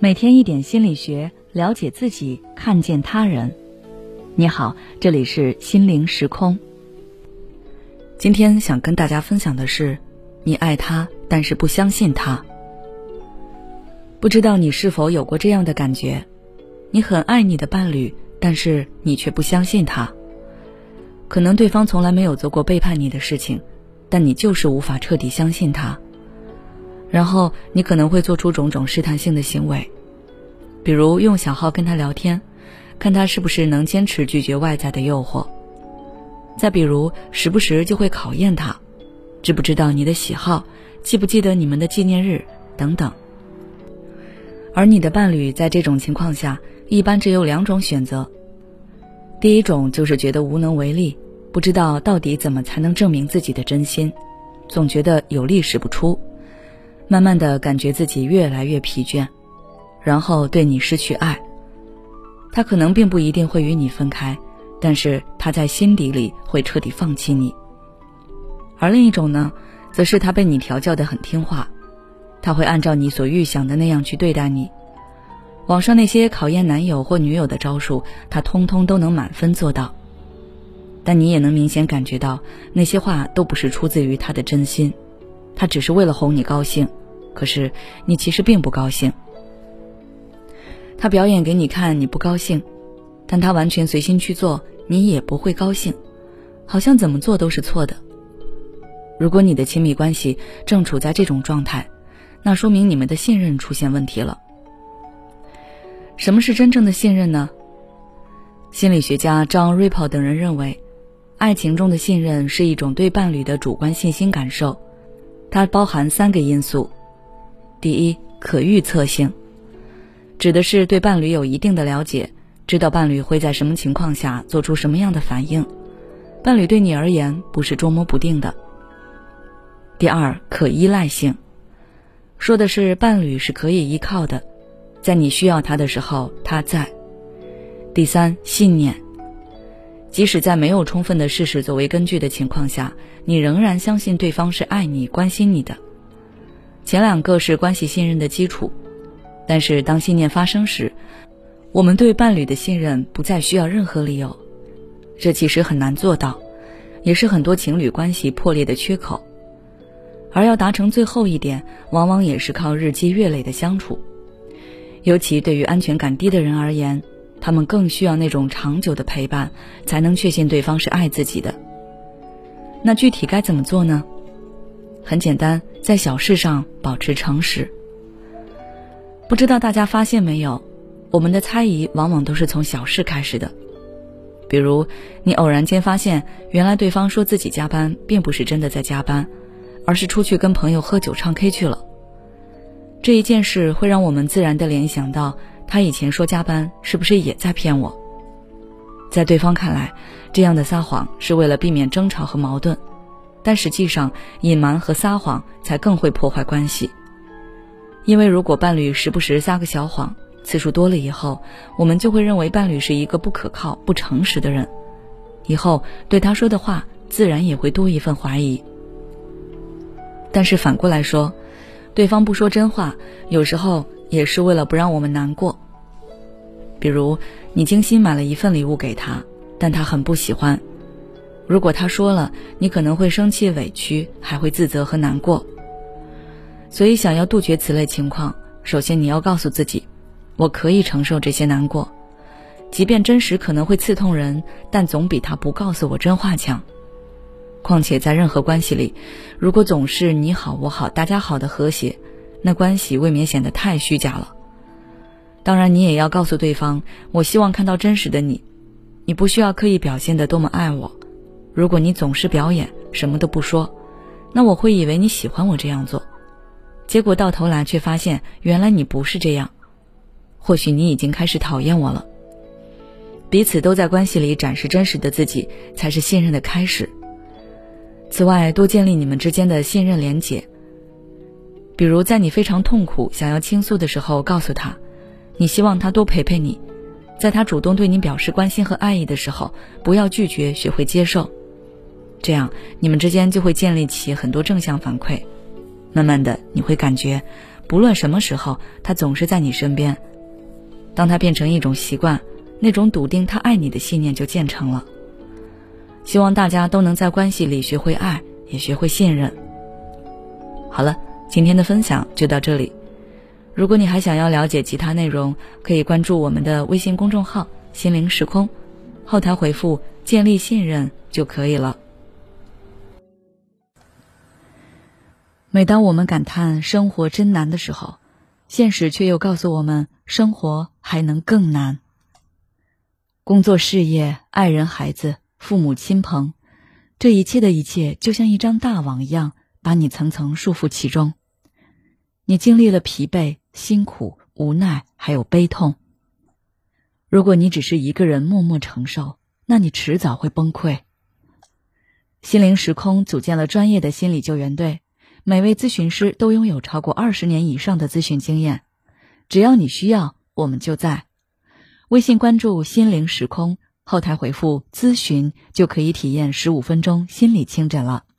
每天一点心理学，了解自己，看见他人。你好，这里是心灵时空。今天想跟大家分享的是，你爱他，但是不相信他。不知道你是否有过这样的感觉，你很爱你的伴侣，但是你却不相信他。可能对方从来没有做过背叛你的事情，但你就是无法彻底相信他。然后你可能会做出种种试探性的行为，比如用小号跟他聊天，看他是不是能坚持拒绝外在的诱惑。再比如时不时就会考验他，知不知道你的喜好，记不记得你们的纪念日等等。而你的伴侣在这种情况下一般只有两种选择。第一种就是觉得无能为力，不知道到底怎么才能证明自己的真心，总觉得有力使不出，慢慢的感觉自己越来越疲倦，然后对你失去爱。他可能并不一定会与你分开，但是他在心底里会彻底放弃你。而另一种呢，则是他被你调教得很听话，他会按照你所预想的那样去对待你。网上那些考验男友或女友的招数，他通通都能满分做到。但你也能明显感觉到，那些话都不是出自于他的真心，他只是为了哄你高兴，可是你其实并不高兴。他表演给你看你不高兴，但他完全随心去做，你也不会高兴，好像怎么做都是错的。如果你的亲密关系正处在这种状态，那说明你们的信任出现问题了。什么是真正的信任呢？心理学家John Ripple 等人认为，爱情中的信任是一种对伴侣的主观信心感受，它包含3个因素。第一，可预测性，指的是对伴侣有一定的了解，知道伴侣会在什么情况下做出什么样的反应，伴侣对你而言不是捉摸不定的。第二，可依赖性，说的是伴侣是可以依靠的，在你需要他的时候他在。第三，信念，即使在没有充分的事实作为根据的情况下，你仍然相信对方是爱你关心你的。前2个是关系信任的基础，但是当信念发生时，我们对伴侣的信任不再需要任何理由，这其实很难做到，也是很多情侣关系破裂的缺口。而要达成最后一点，往往也是靠日积月累的相处。尤其对于安全感低的人而言，他们更需要那种长久的陪伴，才能确信对方是爱自己的。那具体该怎么做呢？很简单，在小事上保持诚实。不知道大家发现没有，我们的猜疑往往都是从小事开始的。比如你偶然间发现，原来对方说自己加班并不是真的在加班，而是出去跟朋友喝酒唱 K 去了。这一件事会让我们自然地联想到，他以前说加班是不是也在骗我。在对方看来，这样的撒谎是为了避免争吵和矛盾，但实际上隐瞒和撒谎才更会破坏关系。因为如果伴侣时不时撒个小谎，次数多了以后，我们就会认为伴侣是一个不可靠不诚实的人，以后对他说的话自然也会多一份怀疑。但是反过来说，对方不说真话，有时候也是为了不让我们难过。比如你精心买了一份礼物给他，但他很不喜欢，如果他说了，你可能会生气委屈，还会自责和难过。所以想要杜绝此类情况，首先你要告诉自己，我可以承受这些难过，即便真实可能会刺痛人，但总比他不告诉我真话强。况且在任何关系里，如果总是你好我好大家好的和谐，那关系未免显得太虚假了。当然你也要告诉对方，我希望看到真实的你，你不需要刻意表现得多么爱我，如果你总是表演什么都不说，那我会以为你喜欢我这样做，结果到头来却发现原来你不是这样，或许你已经开始讨厌我了。彼此都在关系里展示真实的自己，才是信任的开始。此外，多建立你们之间的信任连结。比如在你非常痛苦想要倾诉的时候，告诉他你希望他多陪陪你，在他主动对你表示关心和爱意的时候，不要拒绝，学会接受。这样你们之间就会建立起很多正向反馈，慢慢的你会感觉不论什么时候，他总是在你身边。当他变成一种习惯，那种笃定他爱你的信念就建成了。希望大家都能在关系里学会爱，也学会信任。好了，今天的分享就到这里。如果你还想要了解其他内容，可以关注我们的微信公众号心灵时空，后台回复建立信任就可以了。每当我们感叹生活真难的时候，现实却又告诉我们生活还能更难。工作事业、爱人孩子、父母亲朋，这一切的一切就像一张大网一样，把你层层束缚其中。你经历了疲惫、辛苦、无奈，还有悲痛。如果你只是一个人默默承受，那你迟早会崩溃。心灵时空组建了专业的心理救援队，每位咨询师都拥有超过20年以上的咨询经验。只要你需要，我们就在。微信关注心灵时空，后台回复咨询就可以体验15分钟心理清诊了。